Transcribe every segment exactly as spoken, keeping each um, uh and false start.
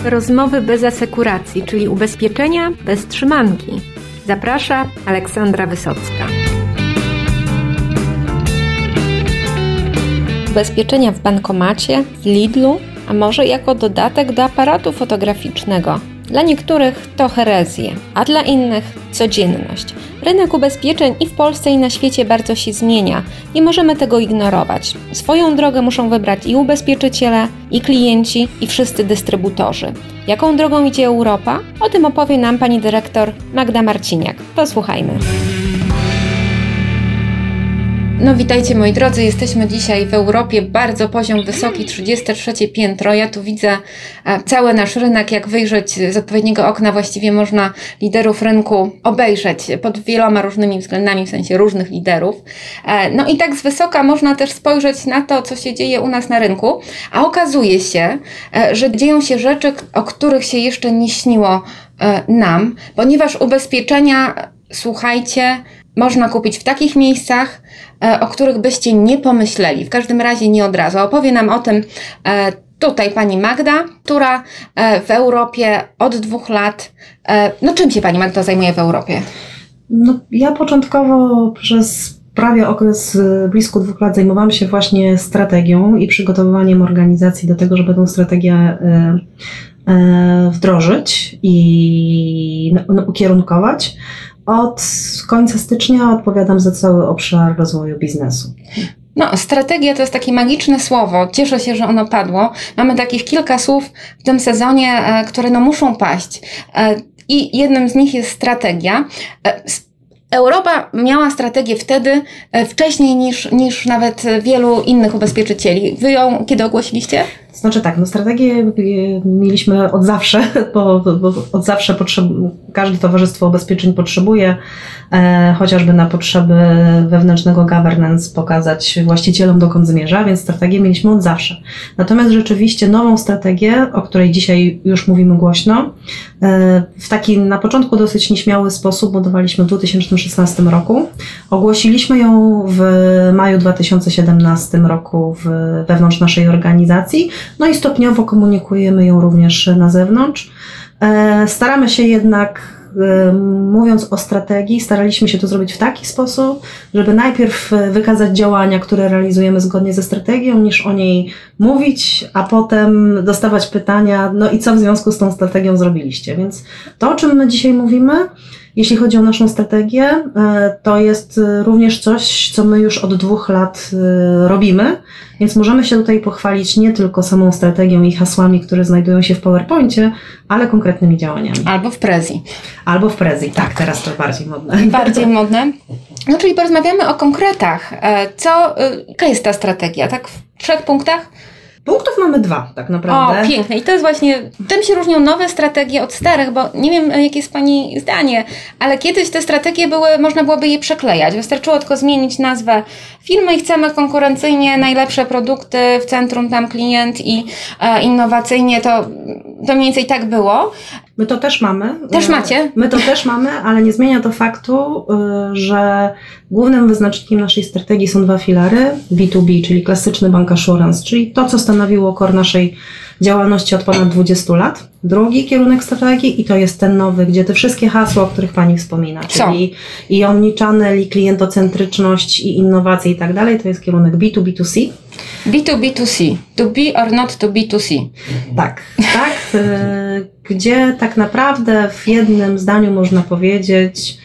Rozmowy bez asekuracji, czyli ubezpieczenia bez trzymanki. Zaprasza Aleksandra Wysocka. Ubezpieczenia w bankomacie, w Lidlu, a może jako dodatek do aparatu fotograficznego. Dla niektórych to herezje, a dla innych codzienność. Rynek ubezpieczeń i w Polsce, i na świecie bardzo się zmienia. Nie możemy tego ignorować. Swoją drogę muszą wybrać i ubezpieczyciele, i klienci, i wszyscy dystrybutorzy. Jaką drogą idzie Europa? O tym opowie nam pani dyrektor Magda Marciniak. Posłuchajmy. No witajcie moi drodzy, jesteśmy dzisiaj w Europie, bardzo poziom wysoki, trzydzieste trzecie piętro. Ja tu widzę cały nasz rynek, jak wyjrzeć z odpowiedniego okna, właściwie można liderów rynku obejrzeć pod wieloma różnymi względami, w sensie różnych liderów. No i tak z wysoka można też spojrzeć na to, co się dzieje u nas na rynku, a okazuje się, że dzieją się rzeczy, o których się jeszcze nie śniło nam, ponieważ ubezpieczenia, słuchajcie, można kupić w takich miejscach, o których byście nie pomyśleli. W każdym razie nie od razu. Opowie nam o tym tutaj pani Magda, która w Europie od dwóch lat... No czym się pani Magda zajmuje w Europie? No, ja początkowo przez prawie okres blisko dwóch lat zajmowałam się właśnie strategią i przygotowywaniem organizacji do tego, żeby tę strategię wdrożyć i ukierunkować. Od końca stycznia odpowiadam za cały obszar rozwoju biznesu. No, strategia to jest takie magiczne słowo. Cieszę się, że ono padło. Mamy takich kilka słów w tym sezonie, które no muszą paść. I jednym z nich jest strategia. Europa miała strategię wtedy, wcześniej niż, niż nawet wielu innych ubezpieczycieli. Wy ją kiedy ogłosiliście? Znaczy tak, no strategię mieliśmy od zawsze, bo, bo od zawsze potrzeb- każde towarzystwo ubezpieczeń potrzebuje e, chociażby na potrzeby wewnętrznego governance pokazać właścicielom, dokąd zmierza, więc strategię mieliśmy od zawsze. Natomiast rzeczywiście nową strategię, o której dzisiaj już mówimy głośno, e, w taki na początku dosyć nieśmiały sposób budowaliśmy w dwa tysiące szesnastym roku. Ogłosiliśmy ją w maju dwa tysiące siedemnastym roku w, wewnątrz naszej organizacji. No i stopniowo komunikujemy ją również na zewnątrz. Staramy się jednak, mówiąc o strategii, staraliśmy się to zrobić w taki sposób, żeby najpierw wykazać działania, które realizujemy zgodnie ze strategią, niż o niej mówić, a potem dostawać pytania, no i co w związku z tą strategią zrobiliście. Więc to, o czym my dzisiaj mówimy, jeśli chodzi o naszą strategię, to jest również coś, co my już od dwóch lat robimy, więc możemy się tutaj pochwalić nie tylko samą strategią i hasłami, które znajdują się w PowerPoincie, ale konkretnymi działaniami. Albo w Prezi. Albo w Prezi, tak, teraz to bardziej modne. Bardziej modne. No czyli porozmawiamy o konkretach. Co, jaka jest ta strategia, tak w trzech punktach? Punktów mamy dwa, tak naprawdę. O, piękne. I to jest właśnie, tym się różnią nowe strategie od starych, bo nie wiem, jakie jest pani zdanie, ale kiedyś te strategie były, można byłoby je przeklejać. Wystarczyło tylko zmienić nazwę firmy i chcemy konkurencyjnie najlepsze produkty, w centrum tam klient i e, innowacyjnie, to, to mniej więcej tak było. My to też mamy. Też macie? My to też mamy, ale nie zmienia to faktu, że głównym wyznacznikiem naszej strategii są dwa filary. B dwa B, czyli klasyczny bank assurance, czyli to, co stanowiło core naszej działalności od ponad dwudziestu lat. Drugi kierunek strategii i to jest ten nowy, gdzie te wszystkie hasła, o których pani wspomina, czyli co? I omnichannel, i klientocentryczność, i innowacje i tak dalej, to jest kierunek B dwa B dwa C. B dwa B dwa C. To be or not to B dwa C. Tak, tak. Gdzie tak naprawdę w jednym zdaniu można powiedzieć,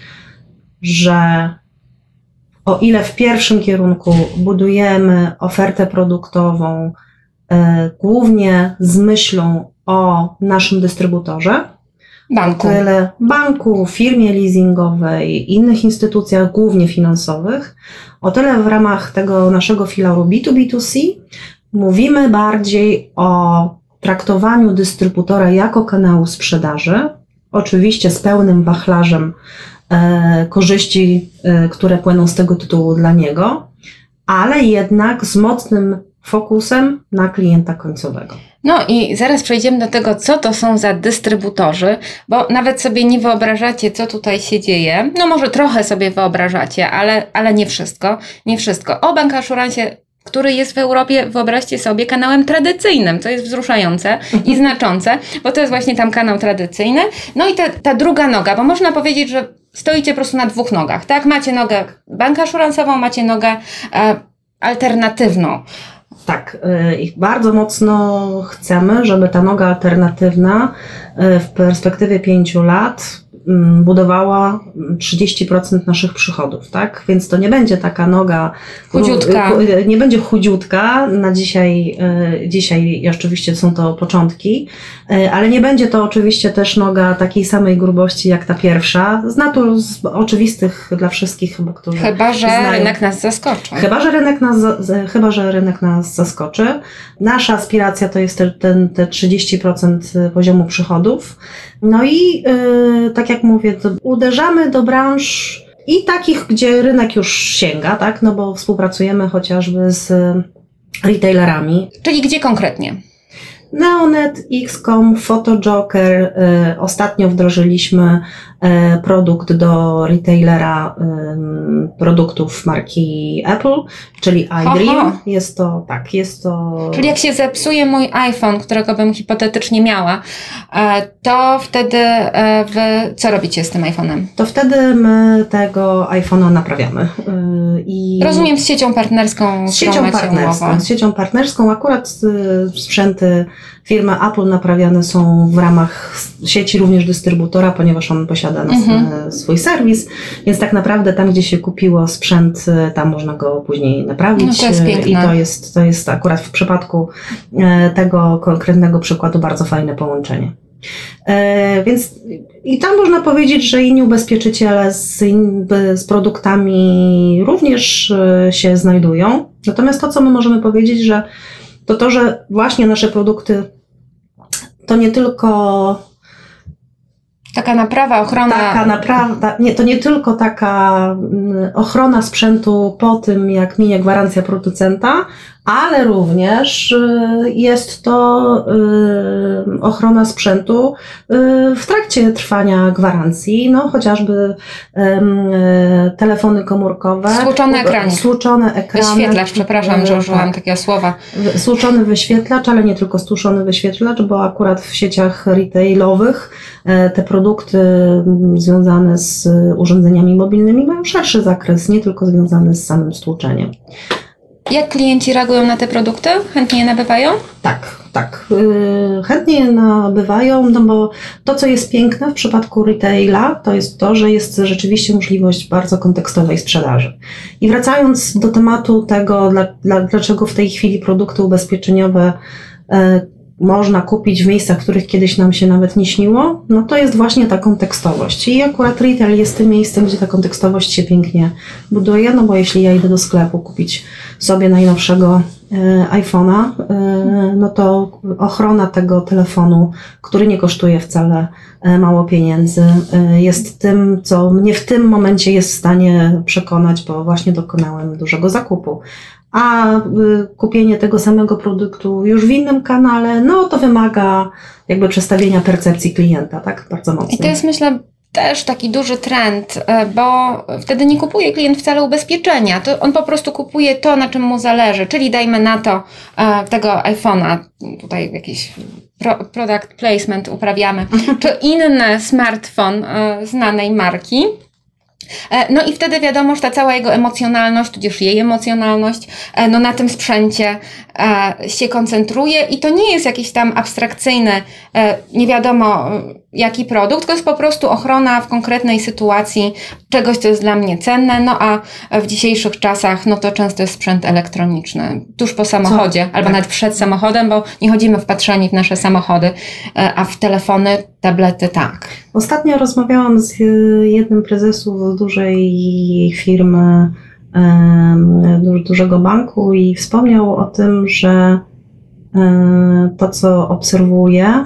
że o ile w pierwszym kierunku budujemy ofertę produktową e, głównie z myślą o naszym dystrybutorze, banku. Tyle banku, firmie leasingowej, innych instytucjach, głównie finansowych, o tyle w ramach tego naszego filaru B dwa B dwa C mówimy bardziej o traktowaniu dystrybutora jako kanału sprzedaży, oczywiście z pełnym wachlarzem e, korzyści, e, które płyną z tego tytułu dla niego, ale jednak z mocnym fokusem na klienta końcowego. No i zaraz przejdziemy do tego, co to są za dystrybutorzy, bo nawet sobie nie wyobrażacie, co tutaj się dzieje. No może trochę sobie wyobrażacie, ale, ale nie wszystko, nie wszystko. O bankassurance'ie który jest w Europie, wyobraźcie sobie, kanałem tradycyjnym, co jest wzruszające i znaczące, bo to jest właśnie tam kanał tradycyjny. No i ta, ta druga noga, bo można powiedzieć, że stoicie po prostu na dwóch nogach, tak? Macie nogę bankasuransową, macie nogę e, alternatywną. Tak, i bardzo mocno chcemy, żeby ta noga alternatywna w perspektywie pięciu lat budowała trzydzieści procent naszych przychodów, tak? Więc to nie będzie taka noga chudziutka. Nie będzie chudziutka na dzisiaj, dzisiaj oczywiście są to początki, ale nie będzie to oczywiście też noga takiej samej grubości jak ta pierwsza, z natur z oczywistych dla wszystkich chyba, którzy Chyba, że znają. rynek nas zaskoczy. Chyba, że rynek nas, chyba, że rynek nas zaskoczy. Nasza aspiracja to jest te, ten, te trzydzieści procent poziomu przychodów. No i yy, tak jak mówię, to uderzamy do branż i takich, gdzie rynek już sięga, tak? No bo współpracujemy chociażby z retailerami. Czyli gdzie konkretnie? Neonet, X kropka com, Photojoker. Y, ostatnio wdrożyliśmy y, produkt do retailera y, produktów marki Apple, czyli iDream. Jest to, tak, jest to... Czyli jak się zepsuje mój iPhone, którego bym hipotetycznie miała, to wtedy wy co robicie z tym iPhone'em? To wtedy my tego iPhone'a naprawiamy. Y, i Rozumiem, z siecią partnerską. Z siecią partnerską. Z siecią partnerską. Akurat y, sprzęty firmy Apple naprawiane są w ramach sieci również dystrybutora, ponieważ on posiada nas, mhm. swój serwis, więc tak naprawdę tam, gdzie się kupiło sprzęt, tam można go później naprawić. No to jest piękne. I to jest, to jest akurat w przypadku tego konkretnego przykładu bardzo fajne połączenie. E, więc i tam można powiedzieć, że inni ubezpieczyciele z, z produktami również się znajdują. Natomiast to, co my możemy powiedzieć, że to to, że właśnie nasze produkty to nie tylko taka naprawa, ochrona. Taka naprawa, nie, to nie tylko taka ochrona sprzętu po tym, jak minie gwarancja producenta, ale również jest to ochrona sprzętu w trakcie trwania gwarancji, no chociażby telefony komórkowe. Stłuczone ekrany. Stłuczone ekrany. Wyświetlacz, przepraszam, że użyłam tak. takiego słowa. Stłuczony wyświetlacz, ale nie tylko stłuczony wyświetlacz, bo akurat w sieciach retailowych te produkty związane z urządzeniami mobilnymi mają szerszy zakres, nie tylko związany z samym stłuczeniem. Jak klienci reagują na te produkty? Chętnie je nabywają? Tak, tak. Yy, chętnie je nabywają, no bo to, co jest piękne w przypadku retaila, to jest to, że jest rzeczywiście możliwość bardzo kontekstowej sprzedaży. I wracając do tematu tego, dla, dla, dlaczego w tej chwili produkty ubezpieczeniowe yy, można kupić w miejscach, których kiedyś nam się nawet nie śniło, no to jest właśnie ta kontekstowość. I akurat retail jest tym miejscem, gdzie ta kontekstowość się pięknie buduje, no bo jeśli ja idę do sklepu kupić sobie najnowszego e, iPhone'a, e, no to ochrona tego telefonu, który nie kosztuje wcale e, mało pieniędzy, e, jest tym, co mnie w tym momencie jest w stanie przekonać, bo właśnie dokonałem dużego zakupu. A y, kupienie tego samego produktu już w innym kanale, no to wymaga jakby przestawienia percepcji klienta, tak? Bardzo mocno. I to jest, myślę, też taki duży trend, bo wtedy nie kupuje klient wcale ubezpieczenia, to on po prostu kupuje to, na czym mu zależy, czyli dajmy na to tego iPhone'a, tutaj jakiś product placement uprawiamy, czy inny smartfon znanej marki. No i wtedy wiadomo, że ta cała jego emocjonalność, tudzież jej emocjonalność, no na tym sprzęcie się koncentruje i to nie jest jakiś tam abstrakcyjny, nie wiadomo jaki produkt, to jest po prostu ochrona w konkretnej sytuacji czegoś, co jest dla mnie cenne, no a w dzisiejszych czasach, no to często jest sprzęt elektroniczny, tuż po samochodzie, co? albo tak. nawet przed samochodem, bo nie chodzimy wpatrzeni w nasze samochody, a w telefony, tablety tak. Ostatnio rozmawiałam z jednym prezesów dużej firmy, dużego banku i wspomniał o tym, że to, co obserwuje,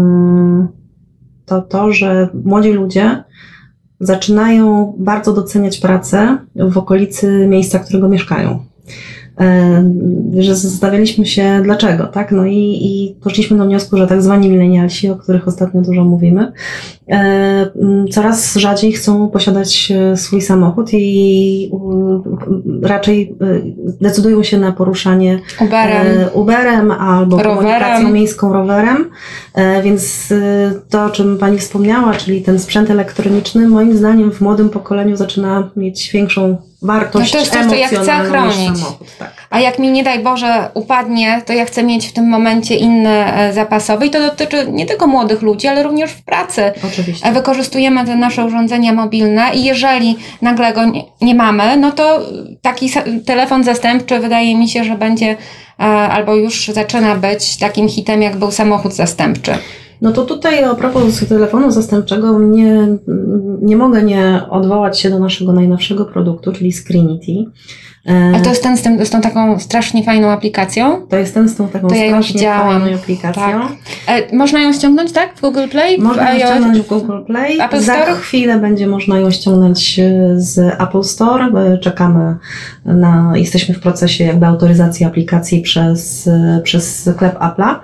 to to, że młodzi ludzie zaczynają bardzo doceniać pracę w okolicy miejsca, w którego mieszkają. że zastanawialiśmy się dlaczego, tak? No i, i doszliśmy do wniosku, że tak zwani milenialsi, o których ostatnio dużo mówimy, coraz rzadziej chcą posiadać swój samochód i raczej decydują się na poruszanie Uberem, Uberem albo rowerem. Komunikacją miejską rowerem, więc to, o czym Pani wspomniała, czyli ten sprzęt elektroniczny, moim zdaniem w młodym pokoleniu zaczyna mieć większą wartość no to jest coś, co ja chcę chronić. Samochód, tak. A jak mi nie daj Boże upadnie, to ja chcę mieć w tym momencie inny zapasowy i to dotyczy nie tylko młodych ludzi, ale również w pracy. Oczywiście. Wykorzystujemy te nasze urządzenia mobilne i jeżeli nagle go nie, nie mamy, no to taki telefon zastępczy wydaje mi się, że będzie albo już zaczyna być takim hitem, jak był samochód zastępczy. No to tutaj a propos telefonu zastępczego nie, nie mogę nie odwołać się do naszego najnowszego produktu, czyli Screenity. A to jest ten z, tym, z tą taką strasznie fajną aplikacją? To jest ten z tą taką to strasznie ja fajną aplikacją. Tak. E, można ją ściągnąć, tak? W Google Play? Można ją ściągnąć w Google Play. Apple Za Store? chwilę będzie można ją ściągnąć z Apple Store. Czekamy na, jesteśmy w procesie jakby autoryzacji aplikacji przez, przez sklep Apple'a.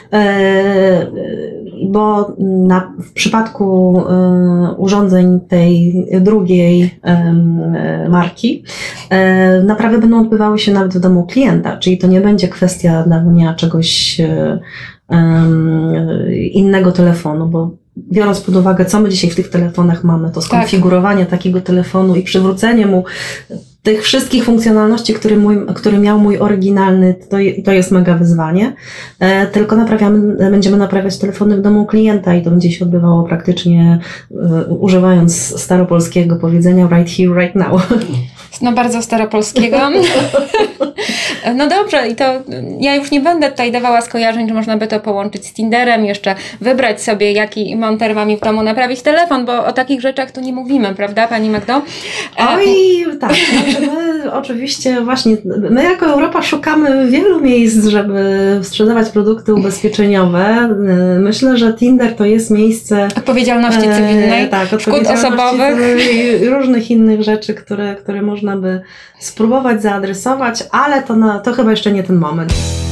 Bo na, w przypadku y, urządzeń tej drugiej y, marki y, naprawy będą odbywały się nawet w domu klienta, czyli to nie będzie kwestia dawania czegoś y, y, innego telefonu, bo biorąc pod uwagę, co my dzisiaj w tych telefonach mamy, to skonfigurowanie tak. takiego telefonu i przywrócenie mu tych wszystkich funkcjonalności, który, mój, który miał mój oryginalny, to, to jest mega wyzwanie. E, tylko naprawiamy, będziemy naprawiać telefony w domu klienta i to będzie się odbywało praktycznie e, używając staropolskiego powiedzenia right here, right now. No bardzo staropolskiego. No dobrze, i to ja już nie będę tutaj dawała skojarzeń, że można by to połączyć z Tinderem, jeszcze wybrać sobie, jaki monter ma mi w domu naprawić telefon, bo o takich rzeczach tu nie mówimy, prawda, Pani Magdo? Oj, tak. Znaczy my oczywiście właśnie, my jako Europa szukamy wielu miejsc, żeby sprzedawać produkty ubezpieczeniowe. Myślę, że Tinder to jest miejsce odpowiedzialności cywilnej, e, tak, szkód osobowych i różnych innych rzeczy, które, które można by spróbować zaadresować, ale to, na, to chyba jeszcze nie ten moment.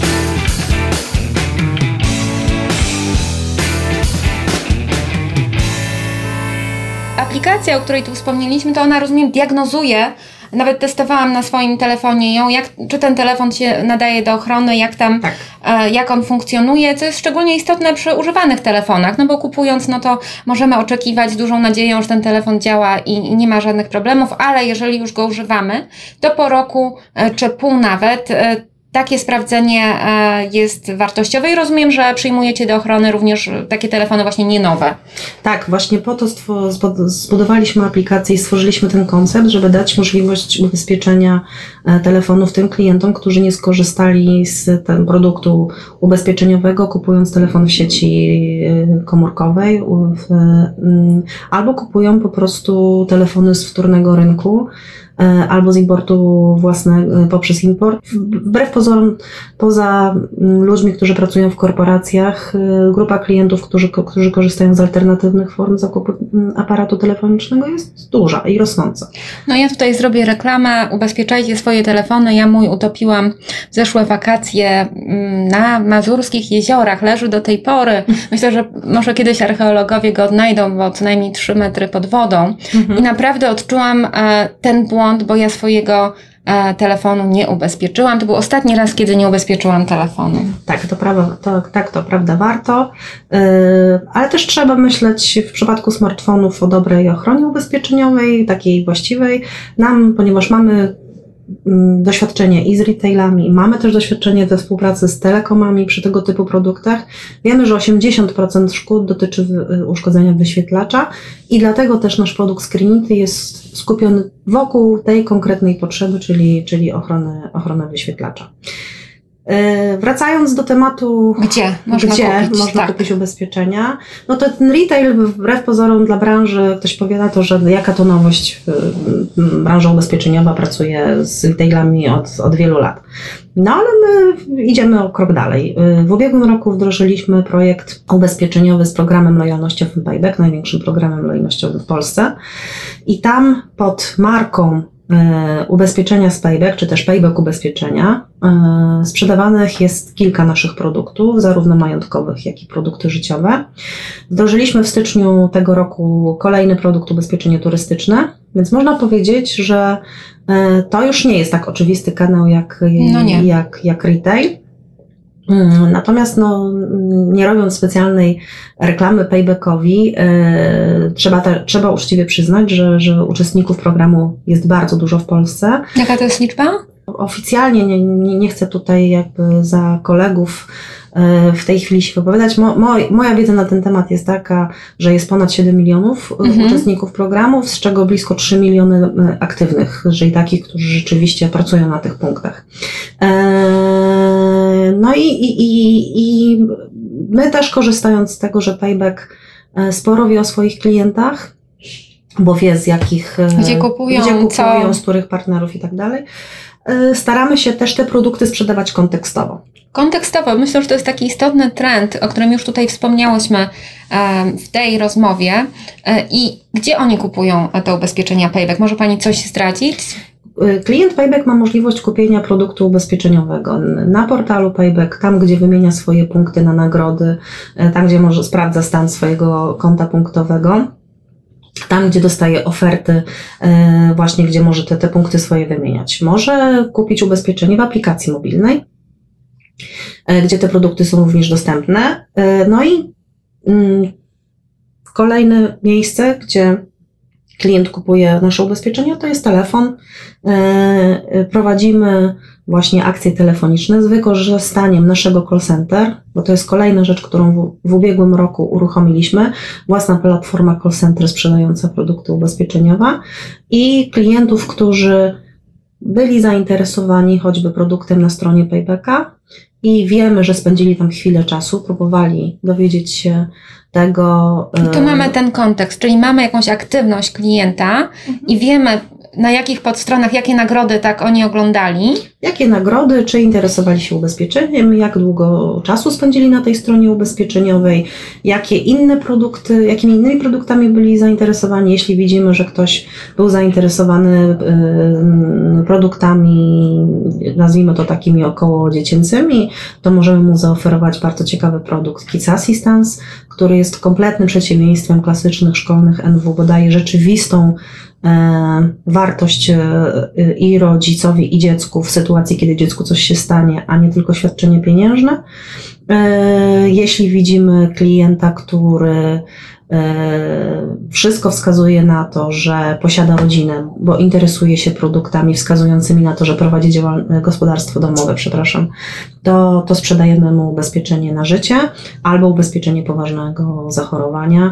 Aplikacja, o której tu wspomnieliśmy, to ona, rozumiem, diagnozuje, nawet testowałam na swoim telefonie ją, jak, czy ten telefon się nadaje do ochrony, jak tam, tak. e, jak on funkcjonuje, co jest szczególnie istotne przy używanych telefonach, no bo kupując, no to możemy oczekiwać z dużą nadzieją, że ten telefon działa i, i nie ma żadnych problemów, ale jeżeli już go używamy, to po roku e, czy pół nawet, e, takie sprawdzenie jest wartościowe i rozumiem, że przyjmujecie do ochrony również takie telefony właśnie nie nowe. Tak, właśnie po to zbudowaliśmy aplikację i stworzyliśmy ten koncept, żeby dać możliwość ubezpieczenia telefonów tym klientom, którzy nie skorzystali z tego produktu ubezpieczeniowego, kupując telefon w sieci komórkowej albo kupują po prostu telefony z wtórnego rynku albo z importu własnego, poprzez import. Wbrew pozorom, poza ludźmi, którzy pracują w korporacjach, grupa klientów, którzy, którzy korzystają z alternatywnych form zakupu aparatu telefonicznego jest duża i rosnąca. No ja tutaj zrobię reklamę, ubezpieczajcie swoje telefony. Ja mój utopiłam w zeszłe wakacje na mazurskich jeziorach, leży do tej pory. Myślę, że może kiedyś archeologowie go odnajdą, bo co najmniej trzy metry pod wodą. Mhm. I naprawdę odczułam ten błąd, bo ja swojego e, telefonu nie ubezpieczyłam. To był ostatni raz, kiedy nie ubezpieczyłam telefonu. Tak, to prawda, to, tak, to prawda, warto, yy, ale też trzeba myśleć w przypadku smartfonów o dobrej ochronie ubezpieczeniowej, takiej właściwej. Nam, ponieważ mamy doświadczenie i z retailami, mamy też doświadczenie we współpracy z telekomami przy tego typu produktach. Wiemy, że osiemdziesiąt procent szkód dotyczy uszkodzenia wyświetlacza i dlatego też nasz produkt Screenity jest skupiony wokół tej konkretnej potrzeby, czyli, czyli ochrony, ochrony wyświetlacza. Yy, wracając do tematu, gdzie można gdzie kupić, można tak. kupić ubezpieczenia, no to ten retail wbrew pozorom dla branży, ktoś powie na to, że jaka to nowość, yy, branża ubezpieczeniowa pracuje z retailami od, od wielu lat. No ale my idziemy o krok dalej. Yy, w ubiegłym roku wdrożyliśmy projekt ubezpieczeniowy z programem lojalnościowym Payback, największym programem lojalnościowym w Polsce i tam pod marką ubezpieczenia z payback, czy też payback ubezpieczenia, sprzedawanych jest kilka naszych produktów, zarówno majątkowych, jak i produkty życiowe. Wdrożyliśmy w styczniu tego roku kolejny produkt ubezpieczenie turystyczne, więc można powiedzieć, że to już nie jest tak oczywisty kanał jak, no jak, jak retail. Natomiast no, nie robiąc specjalnej reklamy paybackowi, yy, trzeba, ta, trzeba uczciwie przyznać, że, że uczestników programu jest bardzo dużo w Polsce. Jaka to jest liczba? Oficjalnie nie, nie, nie chcę tutaj jakby za kolegów yy, w tej chwili się wypowiadać. Mo, moj, moja wiedza na ten temat jest taka, że jest ponad siedem milionów mhm. uczestników programu, z czego blisko trzy miliony aktywnych, czyli takich, którzy rzeczywiście pracują na tych punktach. Yy, No i, i, i, i my też korzystając z tego, że Payback sporo wie o swoich klientach, bo wie z jakich, gdzie kupują, gdzie kupują co? z których partnerów i tak dalej, staramy się też te produkty sprzedawać kontekstowo. Kontekstowo. Myślę, że to jest taki istotny trend, o którym już tutaj wspomniałyśmy w tej rozmowie. I gdzie oni kupują te ubezpieczenia Payback? Może Pani coś zdradzić? Klient Payback ma możliwość kupienia produktu ubezpieczeniowego na portalu Payback, tam gdzie wymienia swoje punkty na nagrody, tam gdzie może sprawdza stan swojego konta punktowego, tam gdzie dostaje oferty, właśnie gdzie może te, te punkty swoje wymieniać. Może kupić ubezpieczenie w aplikacji mobilnej, gdzie te produkty są również dostępne. No i kolejne miejsce, gdzie klient kupuje nasze ubezpieczenia, to jest telefon. Prowadzimy właśnie akcje telefoniczne z wykorzystaniem naszego call center, bo to jest kolejna rzecz, którą w, w ubiegłym roku uruchomiliśmy. Własna platforma call center sprzedająca produkty ubezpieczeniowe i klientów, którzy byli zainteresowani choćby produktem na stronie Paybacka i wiemy, że spędzili tam chwilę czasu, próbowali dowiedzieć się tego. I tu mamy ten kontekst, czyli mamy jakąś aktywność klienta mhm. i wiemy, na jakich podstronach, jakie nagrody tak oni oglądali. Jakie nagrody, czy interesowali się ubezpieczeniem, jak długo czasu spędzili na tej stronie ubezpieczeniowej, jakie inne produkty, jakimi innymi produktami byli zainteresowani. Jeśli widzimy, że ktoś był zainteresowany produktami, nazwijmy to takimi około dziecięcymi, to możemy mu zaoferować bardzo ciekawy produkt Kids Assistance, który jest kompletnym przeciwieństwem klasycznych szkolnych N W, bo daje rzeczywistą wartość i rodzicowi, i dziecku w sytuacji, kiedy dziecku coś się stanie, a nie tylko świadczenie pieniężne. Jeśli widzimy klienta, który wszystko wskazuje na to, że posiada rodzinę, bo interesuje się produktami wskazującymi na to, że prowadzi działalne gospodarstwo domowe, przepraszam, to, to sprzedajemy mu ubezpieczenie na życie albo ubezpieczenie poważnego zachorowania.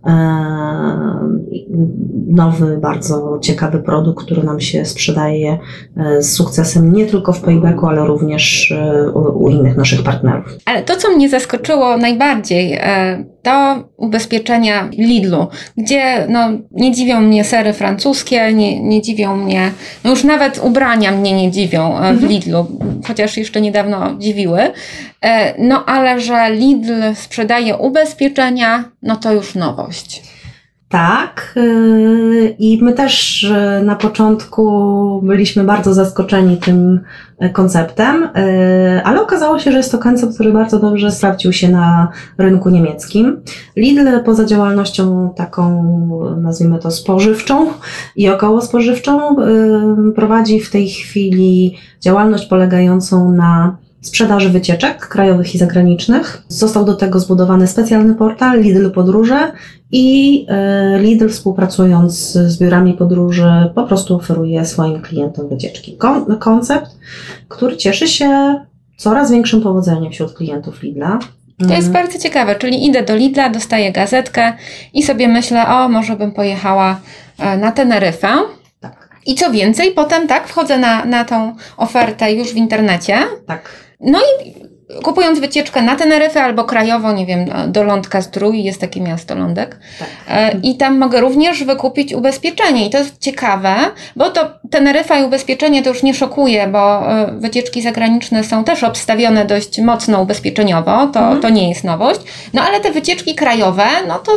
Nowy, bardzo ciekawy produkt, który nam się sprzedaje z sukcesem nie tylko w Paybacku, ale również u, u innych naszych partnerów. Ale to, co mnie zaskoczyło najbardziej, to ubezpieczenia Lidlu, gdzie no, nie dziwią mnie sery francuskie, nie, nie dziwią mnie, no już nawet ubrania mnie nie dziwią w Lidlu, chociaż jeszcze niedawno dziwiły, no ale że Lidl sprzedaje ubezpieczenia, no to już nowość. Tak, i my też na początku byliśmy bardzo zaskoczeni tym konceptem, ale okazało się, że jest to koncept, który bardzo dobrze sprawdził się na rynku niemieckim. Lidl poza działalnością taką, nazwijmy to spożywczą i około spożywczą, prowadzi w tej chwili działalność polegającą na sprzedaży wycieczek krajowych i zagranicznych. Został do tego zbudowany specjalny portal Lidl Podróże i Lidl, współpracując z biurami podróży, po prostu oferuje swoim klientom wycieczki. Kon- koncept, który cieszy się coraz większym powodzeniem wśród klientów Lidla. To jest bardzo ciekawe, czyli idę do Lidla, dostaję gazetkę i sobie myślę, o, może bym pojechała na Teneryfę. Tak. I co więcej, potem tak, wchodzę na, na tą ofertę już w internecie. Tak. No i kupując wycieczkę na Teneryfę albo krajowo, nie wiem, do Lądka-Zdrój, jest takie miasto Lądek. Tak. I tam mogę również wykupić ubezpieczenie. I to jest ciekawe, bo to Teneryfa i ubezpieczenie to już nie szokuje, bo wycieczki zagraniczne są też obstawione dość mocno ubezpieczeniowo, to, mhm. to nie jest nowość. No ale te wycieczki krajowe, no to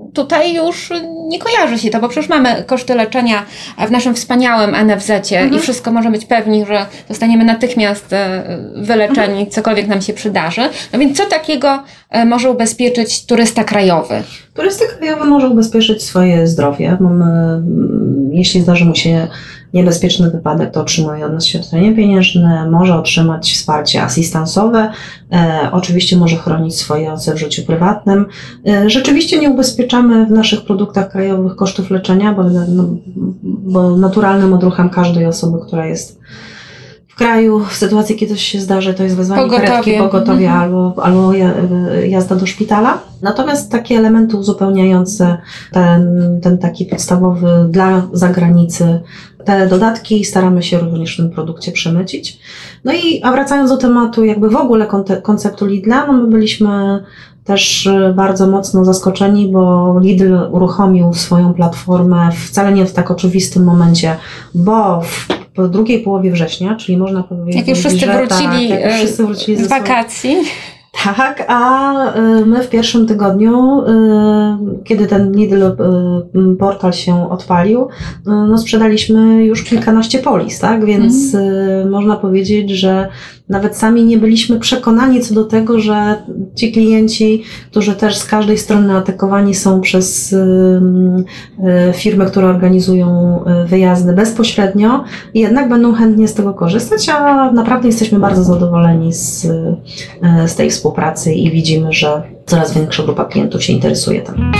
tutaj już nie kojarzy się to, bo przecież mamy koszty leczenia w naszym wspaniałym en ef zecie mhm. i wszystko może być pewni, że zostaniemy natychmiast wyleczeni, mhm. cokolwiek nam się przydarzy. No więc co takiego może ubezpieczyć turysta krajowy? Turysta krajowy może ubezpieczyć swoje zdrowie. Mamy, jeśli zdarzy mu się niebezpieczny wypadek, to otrzymuje od nas świadczenie pieniężne, może otrzymać wsparcie asystansowe, e, oczywiście może chronić swoje O C w życiu prywatnym. E, rzeczywiście nie ubezpieczamy w naszych produktach krajowych kosztów leczenia, bo, no, bo naturalnym odruchem każdej osoby, która jest w kraju, w sytuacji, kiedy coś się zdarzy, to jest wezwanie pogotowie. karetki, pogotowie mhm. albo, albo jazda do szpitala. Natomiast takie elementy uzupełniające, ten, ten taki podstawowy dla zagranicy, te dodatki staramy się również w tym produkcie przemycić. No i a wracając do tematu jakby w ogóle konceptu Lidla, no my byliśmy też bardzo mocno zaskoczeni, bo Lidl uruchomił swoją platformę wcale nie w tak oczywistym momencie, bo w po drugiej połowie września, czyli można powiedzieć, jak już wszyscy że wrócili, tak, jak już wszyscy wrócili z wakacji. Tak, a my w pierwszym tygodniu, kiedy ten Lidl portal się odpalił, no sprzedaliśmy już kilkanaście polis, tak? Więc mm. można powiedzieć, że nawet sami nie byliśmy przekonani co do tego, że ci klienci, którzy też z każdej strony atakowani są przez firmy, które organizują wyjazdy bezpośrednio, jednak będą chętnie z tego korzystać, a naprawdę jesteśmy bardzo zadowoleni z, z tej współpracy i widzimy, że coraz większa grupa klientów się interesuje tym.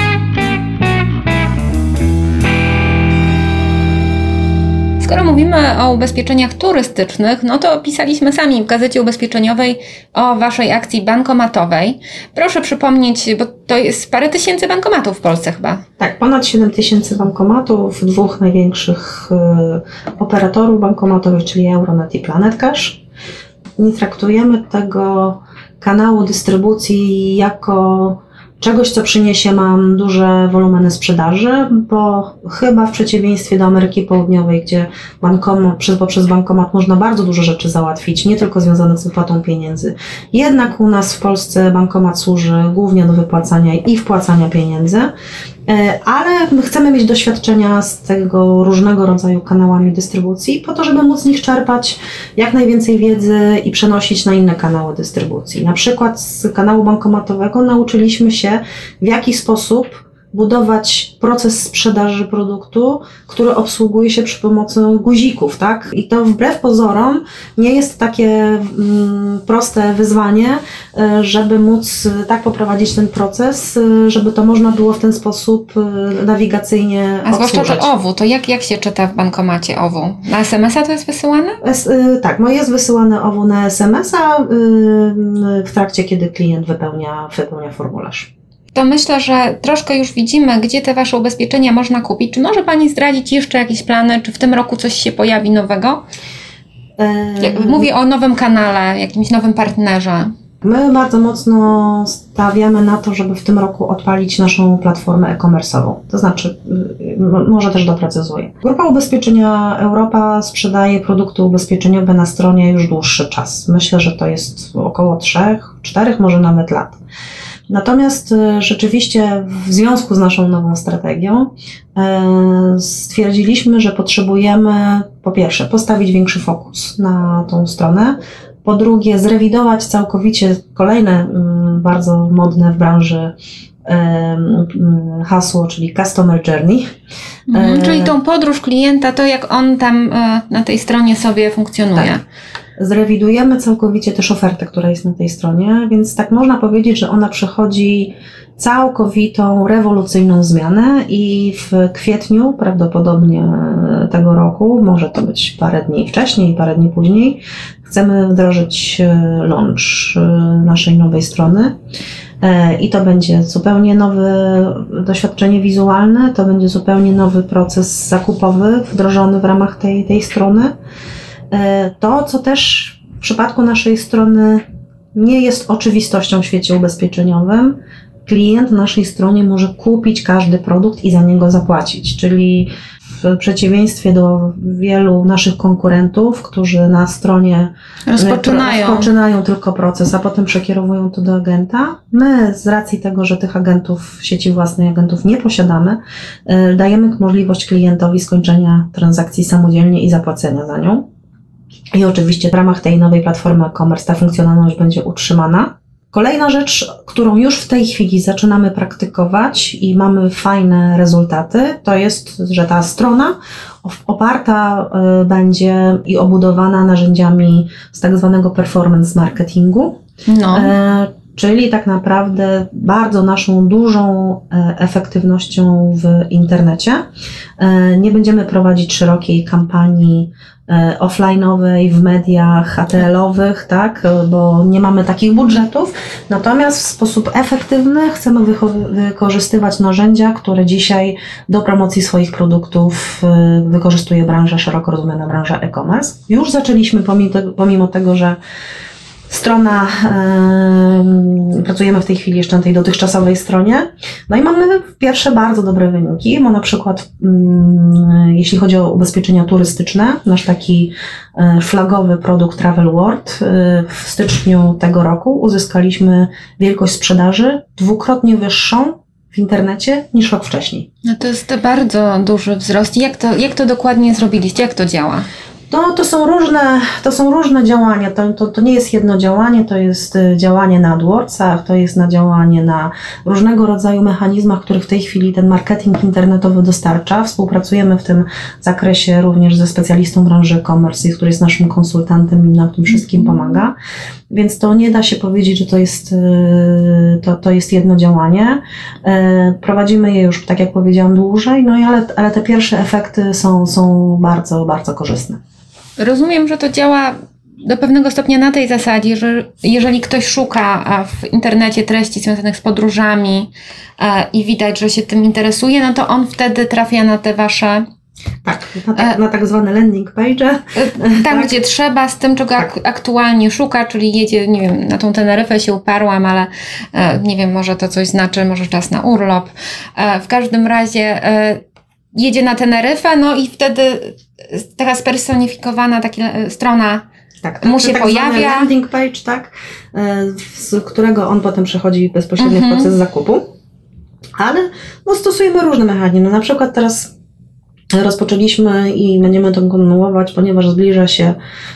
Skoro mówimy o ubezpieczeniach turystycznych, no to pisaliśmy sami w Gazecie Ubezpieczeniowej o waszej akcji bankomatowej. Proszę przypomnieć, bo to jest parę tysięcy bankomatów w Polsce chyba. Tak, ponad siedem tysięcy bankomatów, dwóch największych y, operatorów bankomatowych, czyli Euronet i Planet Cash. Nie traktujemy tego kanału dystrybucji jako czegoś, co przyniesie nam duże wolumeny sprzedaży, bo chyba w przeciwieństwie do Ameryki Południowej, gdzie bankomat, przez, poprzez bankomat można bardzo dużo rzeczy załatwić, nie tylko związanych z wypłatą pieniędzy. Jednak u nas w Polsce bankomat służy głównie do wypłacania i wpłacania pieniędzy, ale my chcemy mieć doświadczenia z tego różnego rodzaju kanałami dystrybucji po to, żeby móc z nich czerpać jak najwięcej wiedzy i przenosić na inne kanały dystrybucji. Na przykład z kanału bankomatowego nauczyliśmy się, w jaki sposób budować proces sprzedaży produktu, który obsługuje się przy pomocy guzików, tak? I to wbrew pozorom nie jest takie mm, proste wyzwanie, żeby móc tak poprowadzić ten proces, żeby to można było w ten sposób nawigacyjnie A zwłaszcza obsłużyć. to O W U, to jak, jak się czyta w bankomacie O W U? Na es em es a to jest wysyłane? Es, y, tak, no jest wysyłane O W U na es em es a y, w trakcie, kiedy klient wypełnia, wypełnia formularz. To myślę, że troszkę już widzimy, gdzie te wasze ubezpieczenia można kupić. Czy może pani zdradzić jeszcze jakieś plany? Czy w tym roku coś się pojawi nowego? Jak mówię o nowym kanale, jakimś nowym partnerze. My bardzo mocno stawiamy na to, żeby w tym roku odpalić naszą platformę e-commerce'ową. To znaczy, może też doprecyzuję. Grupa Ubezpieczenia Europa sprzedaje produkty ubezpieczeniowe na stronie już dłuższy czas. Myślę, że to jest około trzech, czterech, może nawet lat. Natomiast rzeczywiście w związku z naszą nową strategią stwierdziliśmy, że potrzebujemy po pierwsze postawić większy fokus na tą stronę, po drugie zrewidować całkowicie kolejne bardzo modne w branży hasło, czyli Customer Journey. Mhm, czyli tą podróż klienta, to jak on tam na tej stronie sobie funkcjonuje. Tak. Zrewidujemy całkowicie też ofertę, która jest na tej stronie, więc tak można powiedzieć, że ona przechodzi całkowitą, rewolucyjną zmianę i w kwietniu prawdopodobnie tego roku, może to być parę dni wcześniej, parę dni później, chcemy wdrożyć launch naszej nowej strony. I to będzie zupełnie nowe doświadczenie wizualne, to będzie zupełnie nowy proces zakupowy wdrożony w ramach tej, tej strony. To, co też w przypadku naszej strony nie jest oczywistością w świecie ubezpieczeniowym, klient na naszej stronie może kupić każdy produkt i za niego zapłacić, czyli w przeciwieństwie do wielu naszych konkurentów, którzy na stronie rozpoczynają. rozpoczynają tylko proces, a potem przekierowują to do agenta, my z racji tego, że tych agentów w sieci własnej agentów nie posiadamy, dajemy możliwość klientowi skończenia transakcji samodzielnie i zapłacenia za nią. I oczywiście w ramach tej nowej platformy e-commerce ta funkcjonalność będzie utrzymana. Kolejna rzecz, którą już w tej chwili zaczynamy praktykować i mamy fajne rezultaty, to jest, że ta strona oparta będzie i obudowana narzędziami z tak zwanego performance marketingu. No. Czyli tak naprawdę bardzo naszą dużą efektywnością w internecie. Nie będziemy prowadzić szerokiej kampanii offline'owej w mediach H T L-owych, tak, bo nie mamy takich budżetów. Natomiast w sposób efektywny chcemy wykorzystywać narzędzia, które dzisiaj do promocji swoich produktów wykorzystuje branża szeroko rozumiana, branża e-commerce. Już zaczęliśmy pomimo tego, pomimo tego że strona, yy, pracujemy w tej chwili jeszcze na tej dotychczasowej stronie, no i mamy pierwsze bardzo dobre wyniki, bo na przykład yy, jeśli chodzi o ubezpieczenia turystyczne, nasz taki yy, flagowy produkt Travel World, yy, w styczniu tego roku uzyskaliśmy wielkość sprzedaży dwukrotnie wyższą w internecie niż rok wcześniej. No to jest bardzo duży wzrost. Jak to, jak to dokładnie zrobiliście? Jak to działa? No, to są różne, to są różne działania, to, to, to nie jest jedno działanie, to jest działanie na AdWordsach, to jest na działanie na różnego rodzaju mechanizmach, których w tej chwili ten marketing internetowy dostarcza. Współpracujemy w tym zakresie również ze specjalistą branży e-commerce, który jest naszym konsultantem i nam tym wszystkim pomaga. Więc to nie da się powiedzieć, że to jest, to, to jest jedno działanie. Prowadzimy je już, tak jak powiedziałam, dłużej, no i ale, ale te pierwsze efekty są, są bardzo, bardzo korzystne. Rozumiem, że to działa do pewnego stopnia na tej zasadzie, że jeżeli ktoś szuka w internecie treści związanych z podróżami i widać, że się tym interesuje, no to on wtedy trafia na te wasze... Tak, na, tak, na tak zwane landing page. Tam, tak, gdzie trzeba, z tym, czego tak. ak- aktualnie szuka, czyli jedzie, nie wiem, na tą Teneryfę się uparłam, ale nie wiem, może to coś znaczy, może czas na urlop. W każdym razie jedzie na Teneryfę, no i wtedy taka spersonifikowana taka strona tak, mu się tak pojawia. Landing page, tak, z którego on potem przechodzi bezpośrednio mhm. w proces zakupu. Ale no, stosujemy różne mechanizmy. No, na przykład teraz rozpoczęliśmy i będziemy to kontynuować, ponieważ zbliża się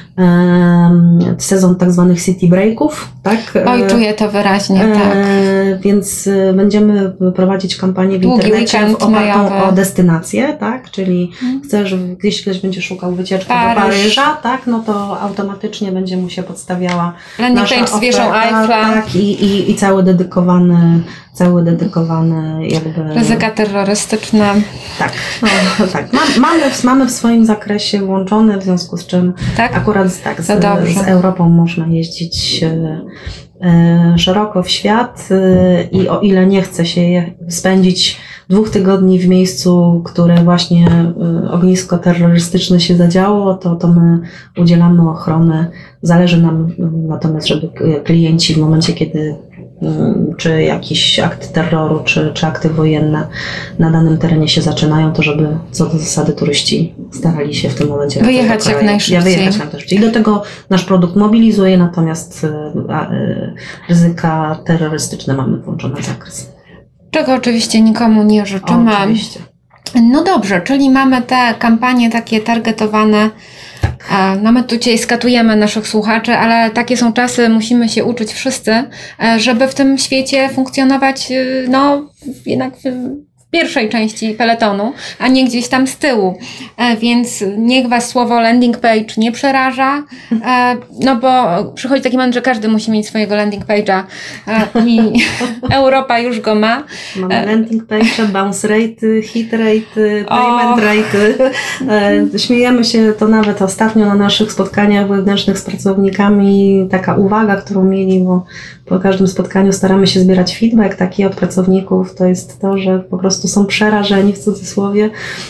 um, sezon tak zwanych city breaków, tak? Oj, czuję to wyraźnie, e, tak. Więc będziemy prowadzić kampanię w Długi internecie w opartą majowy. o destynację, tak? Czyli hmm. chcesz, gdzieś ktoś będzie szukał wycieczki Paryż. do Paryża, tak? No to automatycznie będzie mu się podstawiała landing page z wieżą Eiffla. Tak, i, i, i cały dedykowany cały dedykowany jakby... Ryzyka terrorystyczne. Tak, no, tak. Mam, mamy, mamy w swoim zakresie włączone, w związku z czym tak? akurat tak, z, z Europą można jeździć e, e, szeroko w świat e, i o ile nie chce się je spędzić dwóch tygodni w miejscu, które właśnie e, ognisko terrorystyczne się zadziało, to, to my udzielamy ochrony. Zależy nam natomiast, żeby klienci w momencie, kiedy czy jakiś akt terroru, czy, czy akty wojenne na danym terenie się zaczynają, to żeby co do zasady turyści starali się w tym momencie wyjechać jak najszybciej. Wyjechać jak najszybciej. I do tego nasz produkt mobilizuje, natomiast a, a, ryzyka terrorystyczne mamy włączone w zakres. Czego oczywiście nikomu nie życzymy. Oczywiście. No dobrze, czyli mamy te kampanie takie targetowane. No my tu dzisiaj skatujemy naszych słuchaczy, ale takie są czasy, musimy się uczyć wszyscy, żeby w tym świecie funkcjonować, no jednak w pierwszej części peletonu, a nie gdzieś tam z tyłu. Więc niech Was słowo landing page nie przeraża, no bo przychodzi taki moment, że każdy musi mieć swojego landing page'a i Europa już go ma. Mamy landing page, bounce rate, hit rate, payment rate. Śmiejemy się to nawet ostatnio na naszych spotkaniach wewnętrznych z pracownikami. Taka uwaga, którą mieli, bo po każdym spotkaniu staramy się zbierać feedback taki od pracowników, to jest to, że po prostu prostu są przerażeni w cudzysłowie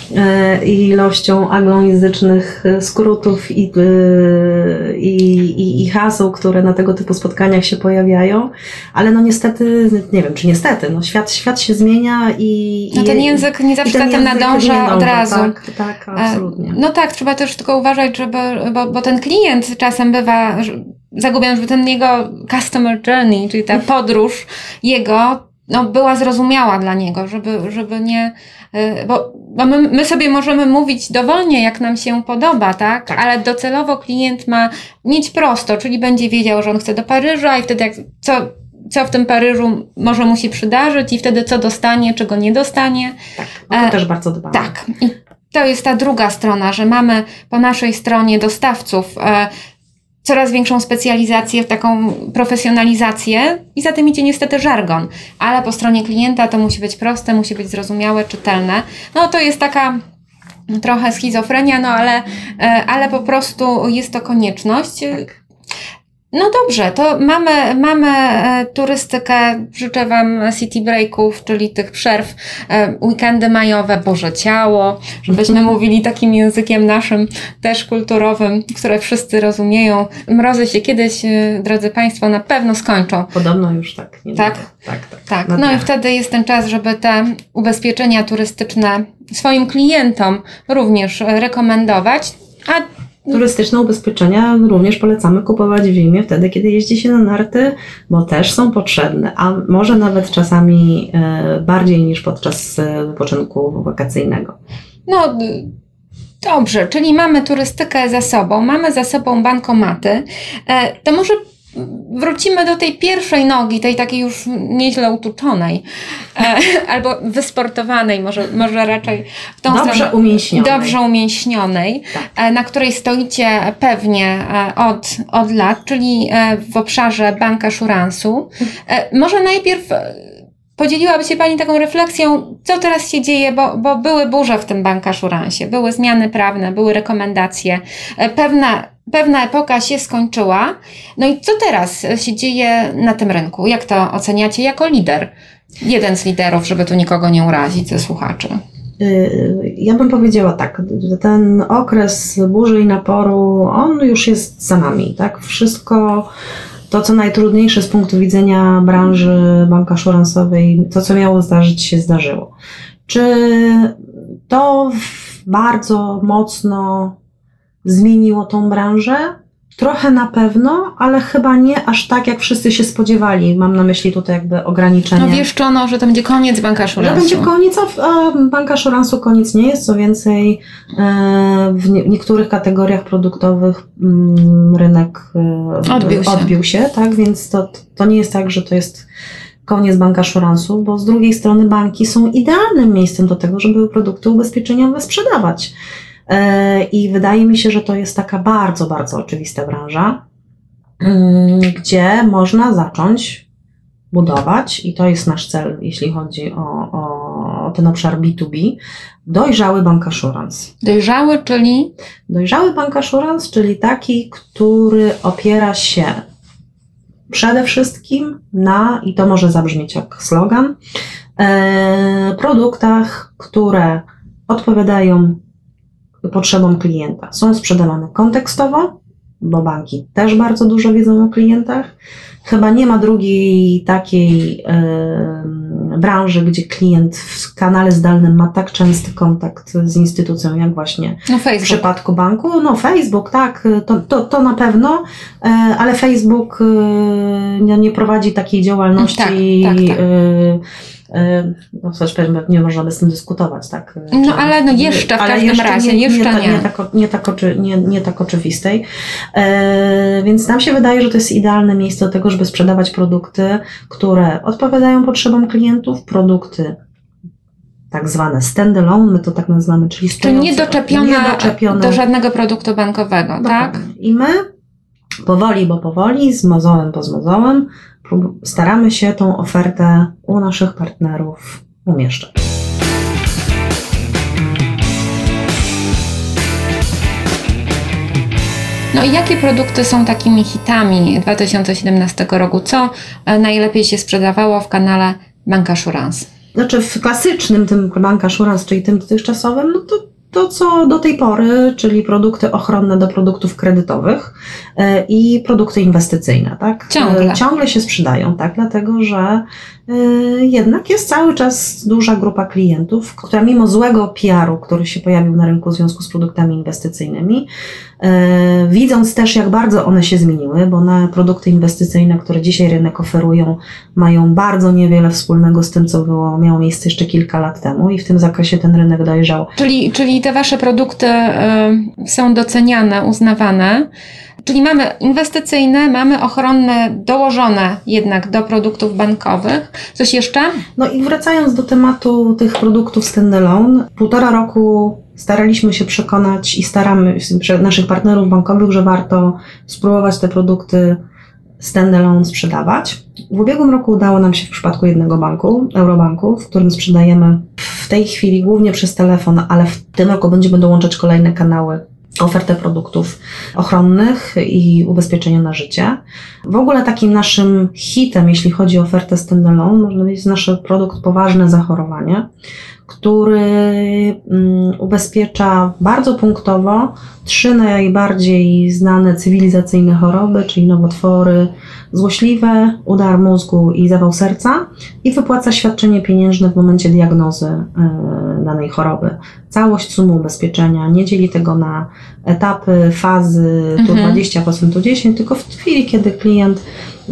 ilością anglojęzycznych skrótów i, i, i, i haseł, które na tego typu spotkaniach się pojawiają, ale no niestety, nie wiem czy niestety, no świat, świat się zmienia i... No ten język nie zawsze za tym nadąża od razu. Tak, tak, absolutnie. No tak, trzeba też tylko uważać, żeby, bo, bo ten klient czasem bywa zagubiony, żeby ten jego customer journey, czyli ta podróż jego, no, była zrozumiała dla niego, żeby, żeby nie, bo, bo my, my sobie możemy mówić dowolnie, jak nam się podoba, tak? tak? Ale docelowo klient ma mieć prosto, czyli będzie wiedział, że on chce do Paryża i wtedy jak, co, co w tym Paryżu może mu się przydarzyć i wtedy co dostanie, czego nie dostanie. Tak, o to też bardzo dbamy. Tak. I to jest ta druga strona, że mamy po naszej stronie dostawców e, coraz większą specjalizację, w taką profesjonalizację i za tym idzie niestety żargon. Ale po stronie klienta to musi być proste, musi być zrozumiałe, czytelne. No to jest taka trochę schizofrenia, no ale, e, ale po prostu jest to konieczność. Tak. No dobrze, to mamy, mamy e, turystykę, życzę Wam city breaków, czyli tych przerw, e, weekendy majowe, Boże Ciało, żebyśmy mówili takim językiem naszym, też kulturowym, które wszyscy rozumieją. Mrozy się kiedyś, e, drodzy Państwo, na pewno skończą. Podobno już tak. Nie tak? tak, tak. Tak, no i wtedy jest ten czas, żeby te ubezpieczenia turystyczne swoim klientom również rekomendować, a turystyczne ubezpieczenia również polecamy kupować w zimie, wtedy kiedy jeździ się na narty, bo też są potrzebne, a może nawet czasami e, bardziej niż podczas e, wypoczynku wakacyjnego. No dobrze, czyli mamy turystykę za sobą, mamy za sobą bankomaty, e, to może wrócimy do tej pierwszej nogi, tej takiej już nieźle utuczonej, e, albo wysportowanej, może, może raczej w tą dobrze stronę. Umięśnionej. Dobrze umięśnionej, tak. e, na której stoicie pewnie e, od, od lat, czyli e, w obszarze bankassurance'u. E, może najpierw podzieliłaby się Pani taką refleksją, co teraz się dzieje, bo, bo były burze w tym bankassurance'ie, były zmiany prawne, były rekomendacje, e, pewna Pewna epoka się skończyła. No i co teraz się dzieje na tym rynku? Jak to oceniacie jako lider? Jeden z liderów, żeby tu nikogo nie urazić ze słuchaczy. Ja bym powiedziała tak, że ten okres burzy i naporu, on już jest za nami, tak? Wszystko to, co najtrudniejsze z punktu widzenia branży bankassurance'owej, to, co miało zdarzyć, się zdarzyło. Czy to bardzo mocno zmieniło tą branżę? Trochę na pewno, ale chyba nie aż tak, jak wszyscy się spodziewali. Mam na myśli tutaj jakby ograniczenia. No wieszczono, że to będzie koniec bankassurance'u. Że będzie koniec, a bankassurance'u koniec nie jest. Co więcej, w niektórych kategoriach produktowych rynek odbił się, odbił się tak? Więc to, to nie jest tak, że to jest koniec bankassurance'u, bo z drugiej strony banki są idealnym miejscem do tego, żeby produkty ubezpieczeniowe sprzedawać. I wydaje mi się, że to jest taka bardzo, bardzo oczywista branża, gdzie można zacząć budować, i to jest nasz cel, jeśli chodzi o, o, o ten obszar B dwa B, dojrzały bankassurance. Dojrzały, czyli? Dojrzały bankassurance, czyli taki, który opiera się przede wszystkim na, i to może zabrzmieć jak slogan, e, produktach, które odpowiadają potrzebom klienta. Są sprzedawane kontekstowo, bo banki też bardzo dużo wiedzą o klientach. Chyba nie ma drugiej takiej y, branży, gdzie klient w kanale zdalnym ma tak częsty kontakt z instytucją, jak właśnie no w przypadku banku. No Facebook, tak, to, to, to na pewno, y, ale Facebook y, nie, nie prowadzi takiej działalności. Tak, tak, tak. Y, No, coś nie można by z tym dyskutować, tak? No ale no jeszcze w ale każdym jeszcze razie, nie, jeszcze nie. nie. Nie tak, nie, tak, oczy, nie, nie tak oczywistej. E, więc nam się wydaje, że to jest idealne miejsce do tego, żeby sprzedawać produkty, które odpowiadają potrzebom klientów, produkty tak zwane stand-alone, my to tak nazywamy, czyli Czyli niedoczepione, niedoczepione do żadnego produktu bankowego, no tak? I my powoli, bo powoli, z mozołem po z mozołem, staramy się tą ofertę u naszych partnerów umieszczać. No i jakie produkty są takimi hitami dwa tysiące siedemnastego roku? Co najlepiej się sprzedawało w kanale bankassurance? Znaczy w klasycznym tym bancassurance, czyli tym dotychczasowym, no to to, co do tej pory, czyli produkty ochronne do produktów kredytowych e, i produkty inwestycyjne, tak? Ciągle. E, ciągle się sprzedają, tak? Dlatego, że e, jednak jest cały czas duża grupa klientów, która mimo złego P R u, który się pojawił na rynku w związku z produktami inwestycyjnymi, e, widząc też, jak bardzo one się zmieniły, bo na produkty inwestycyjne, które dzisiaj rynek oferują, mają bardzo niewiele wspólnego z tym, co było, miało miejsce jeszcze kilka lat temu i w tym zakresie ten rynek dojrzał. Czyli, czyli te Wasze produkty y, są doceniane, uznawane. Czyli mamy inwestycyjne, mamy ochronne, dołożone jednak do produktów bankowych. Coś jeszcze? No i wracając do tematu tych produktów standalone, półtora roku staraliśmy się przekonać i staramy naszych partnerów bankowych, że warto spróbować te produkty standalone sprzedawać. W ubiegłym roku udało nam się w przypadku jednego banku, Eurobanku, w którym sprzedajemy w tej chwili głównie przez telefon, ale w tym roku będziemy dołączać kolejne kanały, ofertę produktów ochronnych i ubezpieczenia na życie. W ogóle takim naszym hitem, jeśli chodzi o ofertę standalone, można powiedzieć, nasz produkt Poważne Zachorowanie, który um, ubezpiecza bardzo punktowo trzy najbardziej znane cywilizacyjne choroby, czyli nowotwory złośliwe, udar mózgu i zawał serca i wypłaca świadczenie pieniężne w momencie diagnozy y, danej choroby. Całość sumy ubezpieczenia, nie dzieli tego na etapy, fazy, tu Mhm. dwadzieścia procent, tu dziesięć procent, tylko w chwili, kiedy klient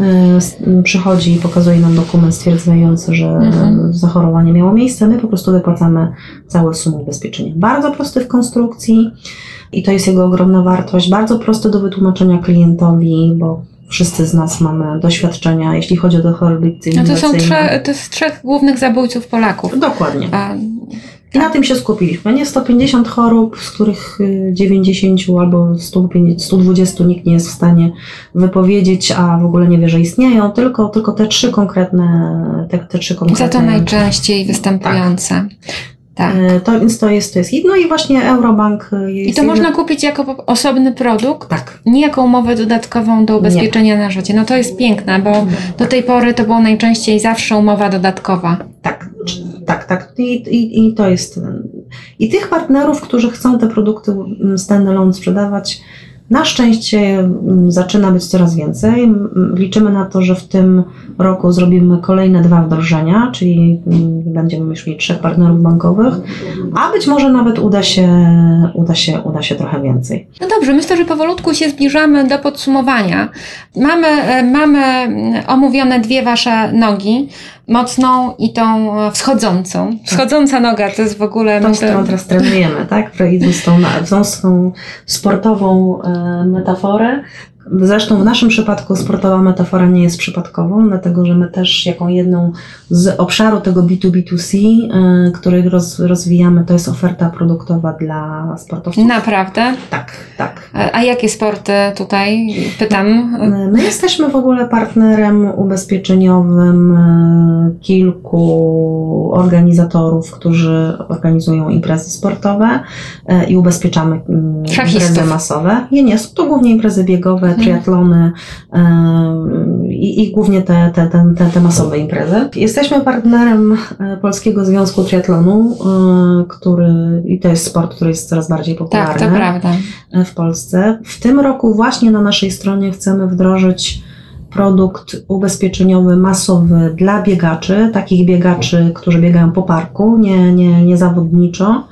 y, przychodzi i pokazuje nam dokument stwierdzający, że Mhm. zachorowanie miało miejsce, my po prostu wypłacamy całe sumy ubezpieczenia. Bardzo prosty w konstrukcji i to jest jego ogromna wartość, bardzo prosty do wytłumaczenia klientowi, bo wszyscy z nas mamy doświadczenia, jeśli chodzi o te choroby No to cywilizacyjne. są trzech, to jest trzech głównych zabójców Polaków. Dokładnie. A, I na tym się skupiliśmy. Nie sto pięćdziesiąt chorób, z których dziewięćdziesiąt albo sto pięćdziesiąt, sto dwadzieścia nikt nie jest w stanie wypowiedzieć, a w ogóle nie wie, że istnieją, tylko, tylko te trzy konkretne, te, te trzy konkretne. za to najczęściej występujące. Tak. To, więc to jest, to jest jedno i właśnie Eurobank jest I to jedno... można kupić jako osobny produkt, Tak. nie jako umowę dodatkową do ubezpieczenia na życie. No to jest piękne, bo do tej pory to było najczęściej zawsze umowa dodatkowa. Tak, tak, tak. I, i, i to jest... I tych partnerów, którzy chcą te produkty standalone sprzedawać, na szczęście zaczyna być coraz więcej. Liczymy na to, że w tym roku zrobimy kolejne dwa wdrożenia, czyli będziemy już mieli trzech partnerów bankowych, a być może nawet uda się, uda się, uda się trochę więcej. No dobrze, myślę, że powolutku się zbliżamy do podsumowania. Mamy, mamy omówione dwie Wasze nogi, mocną i tą wschodzącą. Wschodząca noga to jest w ogóle... Tą, myślę... którą teraz trenujemy, tak? Idąc tą, tą, tą sportową e, metaforę. Zresztą w naszym przypadku sportowa metafora nie jest przypadkową, dlatego że my też jaką jedną z obszaru tego B dwa B dwa C, y, który roz, rozwijamy, to jest oferta produktowa dla sportowców. Naprawdę? Tak, tak. A, a jakie sporty tutaj? Pytam. My jesteśmy w ogóle partnerem ubezpieczeniowym y, kilku organizatorów, którzy organizują imprezy sportowe y, i ubezpieczamy y, imprezy masowe. Nie, nie, są to głównie imprezy biegowe, triatlony yy, i głównie te, te, te, te, te masowe imprezy. Jesteśmy partnerem Polskiego Związku Triatlonu, yy, który, i to jest sport, który jest coraz bardziej popularny. Tak, to prawda. W Polsce. W tym roku właśnie na naszej stronie chcemy wdrożyć produkt ubezpieczeniowy masowy dla biegaczy, takich biegaczy, którzy biegają po parku, nie, nie, nie zawodniczo.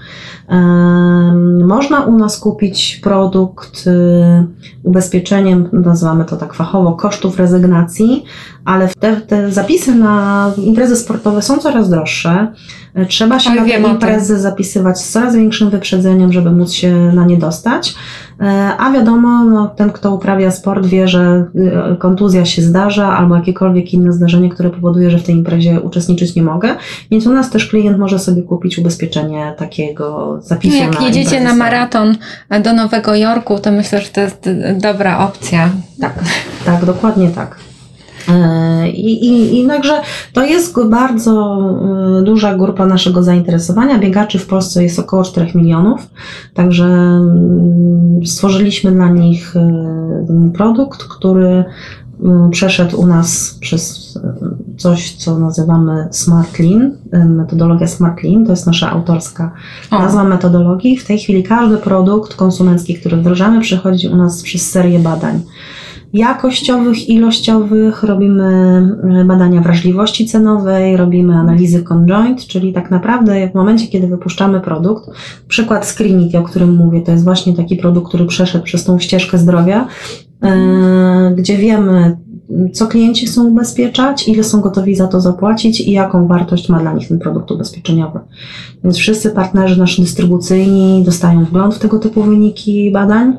Um, można u nas kupić produkt y, ubezpieczeniem, nazywamy to tak fachowo, kosztów rezygnacji, ale te, te zapisy na imprezy sportowe są coraz droższe. Trzeba się Oj, na te imprezy zapisywać z coraz większym wyprzedzeniem, żeby móc się na nie dostać. A wiadomo, no, ten, kto uprawia sport, wie, że kontuzja się zdarza albo jakiekolwiek inne zdarzenie, które powoduje, że w tej imprezie uczestniczyć nie mogę. Więc u nas też klient może sobie kupić ubezpieczenie takiego zapisu no, jak na jedziecie na maraton do Nowego Jorku, to myślę, że to jest dobra opcja. Tak, tak, dokładnie tak. I, i, i także to jest bardzo duża grupa naszego zainteresowania. Biegaczy w Polsce jest około czterech milionów, także stworzyliśmy dla nich produkt, który przeszedł u nas przez coś, co nazywamy Smart Lean, metodologia Smart Lean, to jest nasza autorska o. nazwa metodologii. W tej chwili każdy produkt konsumencki, który wdrażamy, przechodzi u nas przez serię badań jakościowych, ilościowych, robimy badania wrażliwości cenowej, robimy analizy conjoint, czyli tak naprawdę w momencie, kiedy wypuszczamy produkt, przykład Screenity, o którym mówię, to jest właśnie taki produkt, który przeszedł przez tą ścieżkę zdrowia, yy, gdzie wiemy, co klienci chcą ubezpieczać, ile są gotowi za to zapłacić i jaką wartość ma dla nich ten produkt ubezpieczeniowy. Więc wszyscy partnerzy nasi dystrybucyjni dostają wgląd w tego typu wyniki badań.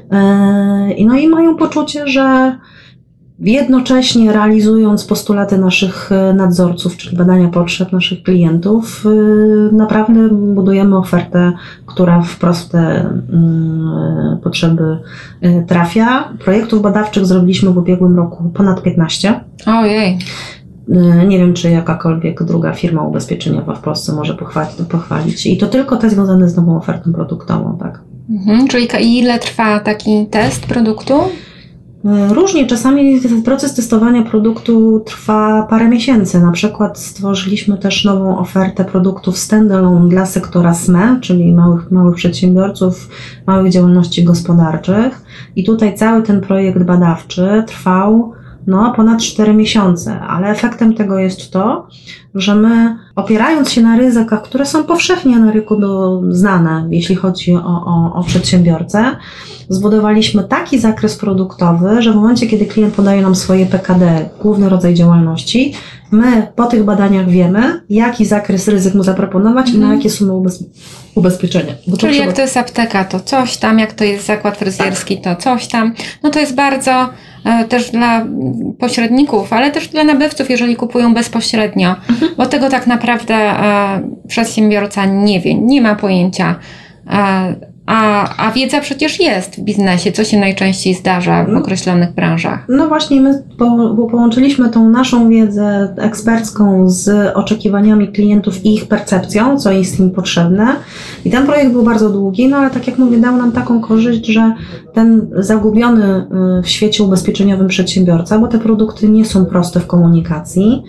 No i mają poczucie, że jednocześnie realizując postulaty naszych nadzorców, czyli badania potrzeb naszych klientów, naprawdę budujemy ofertę, która wprost w te potrzeby trafia. Projektów badawczych zrobiliśmy w ubiegłym roku ponad piętnaście. Ojej. Nie wiem, czy jakakolwiek druga firma ubezpieczeniowa w Polsce może pochwalić, pochwalić. I to tylko te związane z nową ofertą produktową, tak. Mhm, czyli ile trwa taki test produktu? Różnie. Czasami proces testowania produktu trwa parę miesięcy. Na przykład stworzyliśmy też nową ofertę produktów standalone dla sektora S M E, czyli małych, małych przedsiębiorców, małych działalności gospodarczych. I tutaj cały ten projekt badawczy trwał no, ponad cztery miesiące, ale efektem tego jest to, że my, opierając się na ryzykach, które są powszechnie na rynku do, znane, jeśli chodzi o, o, o przedsiębiorcę, zbudowaliśmy taki zakres produktowy, że w momencie, kiedy klient podaje nam swoje P K D, główny rodzaj działalności, my po tych badaniach wiemy, jaki zakres ryzyk mu zaproponować mm. i na jakie sumy ubez- ubezpieczenia. Bo Czyli trzeba... jak to jest apteka, to coś tam, jak to jest zakład fryzjerski, tak. to coś tam. No to jest bardzo e, też dla pośredników, ale też dla nabywców, jeżeli kupują bezpośrednio, mhm. bo tego tak naprawdę e, przedsiębiorca nie wie, nie ma pojęcia. E, A, a wiedza przecież jest w biznesie, co się najczęściej zdarza w określonych branżach. No właśnie, my po, bo połączyliśmy tą naszą wiedzę ekspercką z oczekiwaniami klientów i ich percepcją, co jest im potrzebne. I ten projekt był bardzo długi, no ale tak jak mówię, dał nam taką korzyść, że ten zagubiony w świecie ubezpieczeniowym przedsiębiorca, bo te produkty nie są proste w komunikacji,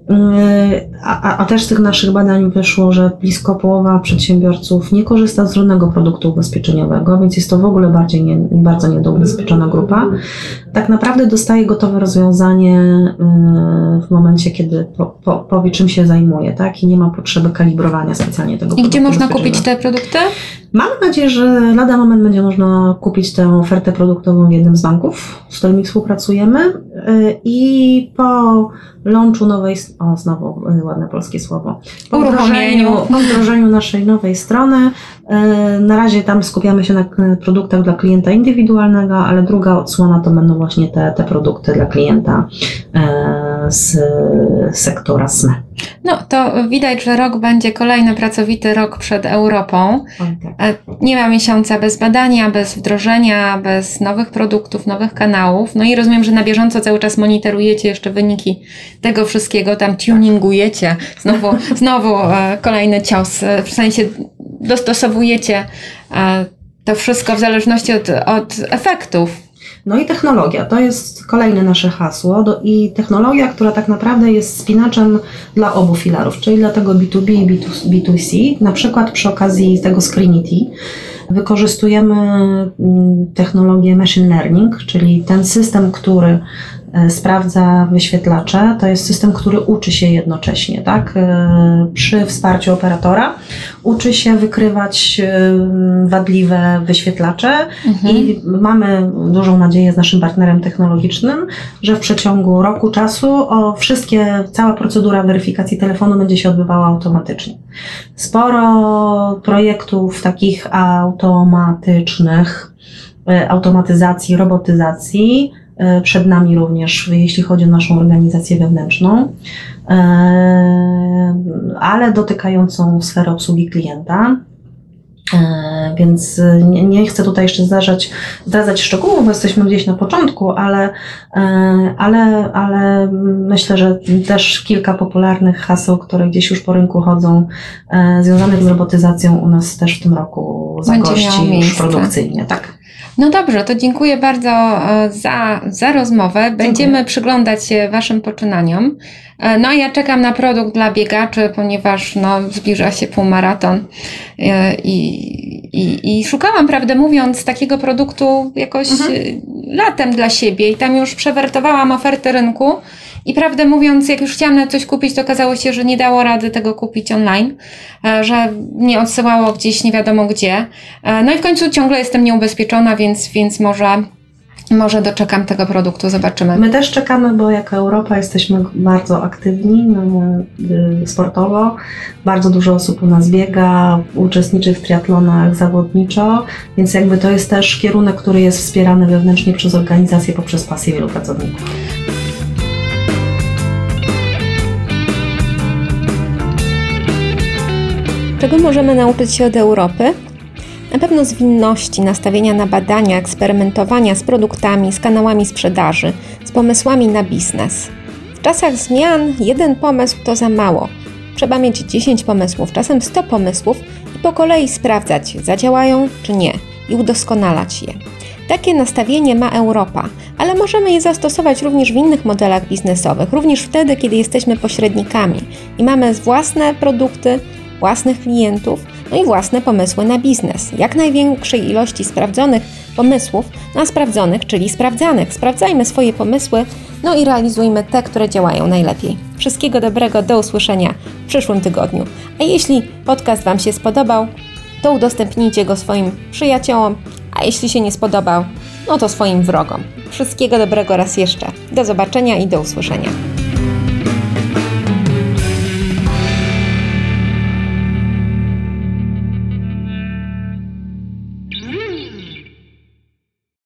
a, a też z tych naszych badań wyszło, że blisko połowa przedsiębiorców nie korzysta z żadnego produktu ubezpieczeniowego, więc jest to w ogóle bardziej nie, bardzo niedoubezpieczona grupa. Tak naprawdę dostaje gotowe rozwiązanie w momencie, kiedy po, po, powie, czym się zajmuje, tak? I nie ma potrzeby kalibrowania specjalnie tego produktu. I gdzie można kupić te produkty? Mam nadzieję, że lada moment będzie można kupić tę ofertę produktową w jednym z banków, z którymi współpracujemy, i po launchu nowej, o znowu ładne polskie słowo, po wdrożeniu, po wdrożeniu naszej nowej strony, na razie tam skupiamy się na produktach dla klienta indywidualnego, ale druga odsłona to będą właśnie te, te produkty dla klienta z sektora S M E. No to widać, że rok będzie kolejny pracowity rok przed Europą. Oj, tak. Nie ma miesiąca bez badania, bez wdrożenia, bez nowych produktów, nowych kanałów. No i rozumiem, że na bieżąco cały czas monitorujecie jeszcze wyniki tego wszystkiego, tam tuningujecie. Znowu, znowu kolejny cios, w sensie dostosowujecie to wszystko w zależności od, od efektów. No i technologia, to jest kolejne nasze hasło do, i technologia, która tak naprawdę jest spinaczem dla obu filarów, czyli dla tego B dwa B i B dwa C. Na przykład przy okazji tego Screenity wykorzystujemy technologię machine learning, czyli ten system, który sprawdza wyświetlacze, to jest system, który uczy się jednocześnie, tak? Przy wsparciu operatora uczy się wykrywać wadliwe wyświetlacze mhm. i mamy dużą nadzieję z naszym partnerem technologicznym, że w przeciągu roku czasu o wszystkie, cała procedura weryfikacji telefonu będzie się odbywała automatycznie. Sporo projektów takich automatycznych, automatyzacji, robotyzacji przed nami również, jeśli chodzi o naszą organizację wewnętrzną, ale dotykającą sfery obsługi klienta. Więc nie, nie chcę tutaj jeszcze zdarzać, zdradzać szczegółów, bo jesteśmy gdzieś na początku, ale, ale, ale myślę, że też kilka popularnych haseł, które gdzieś już po rynku chodzą, związanych z robotyzacją, u nas też w tym roku zagości już produkcyjnie. Tak. No dobrze, to dziękuję bardzo za, za rozmowę. Będziemy dziękuję. przyglądać się Waszym poczynaniom. No ja czekam na produkt dla biegaczy, ponieważ no, zbliża się półmaraton i, i, i szukałam, prawdę mówiąc, takiego produktu jakoś mhm. latem dla siebie i tam już przewertowałam ofertę rynku. I prawdę mówiąc, jak już chciałam na coś kupić, to okazało się, że nie dało rady tego kupić online, że mnie odsyłało gdzieś nie wiadomo gdzie. No i w końcu ciągle jestem nieubezpieczona, więc, więc może, może doczekam tego produktu, zobaczymy. My też czekamy, bo jako Europa jesteśmy bardzo aktywni no, sportowo. Bardzo dużo osób u nas biega, uczestniczy w triatlonach zawodniczo, więc jakby to jest też kierunek, który jest wspierany wewnętrznie przez organizację poprzez pasję wielu pracowników. Czego możemy nauczyć się od Europy? Na pewno zwinności, nastawienia na badania, eksperymentowania z produktami, z kanałami sprzedaży, z pomysłami na biznes. W czasach zmian jeden pomysł to za mało. Trzeba mieć dziesięć pomysłów, czasem sto pomysłów i po kolei sprawdzać, zadziałają czy nie i udoskonalać je. Takie nastawienie ma Europa, ale możemy je zastosować również w innych modelach biznesowych, również wtedy, kiedy jesteśmy pośrednikami i mamy własne produkty, własnych klientów, no i własne pomysły na biznes. Jak największej ilości sprawdzonych pomysłów na sprawdzonych, czyli sprawdzanych. Sprawdzajmy swoje pomysły, no i realizujmy te, które działają najlepiej. Wszystkiego dobrego, do usłyszenia w przyszłym tygodniu. A jeśli podcast Wam się spodobał, to udostępnijcie go swoim przyjaciołom, a jeśli się nie spodobał, no to swoim wrogom. Wszystkiego dobrego raz jeszcze. Do zobaczenia i do usłyszenia.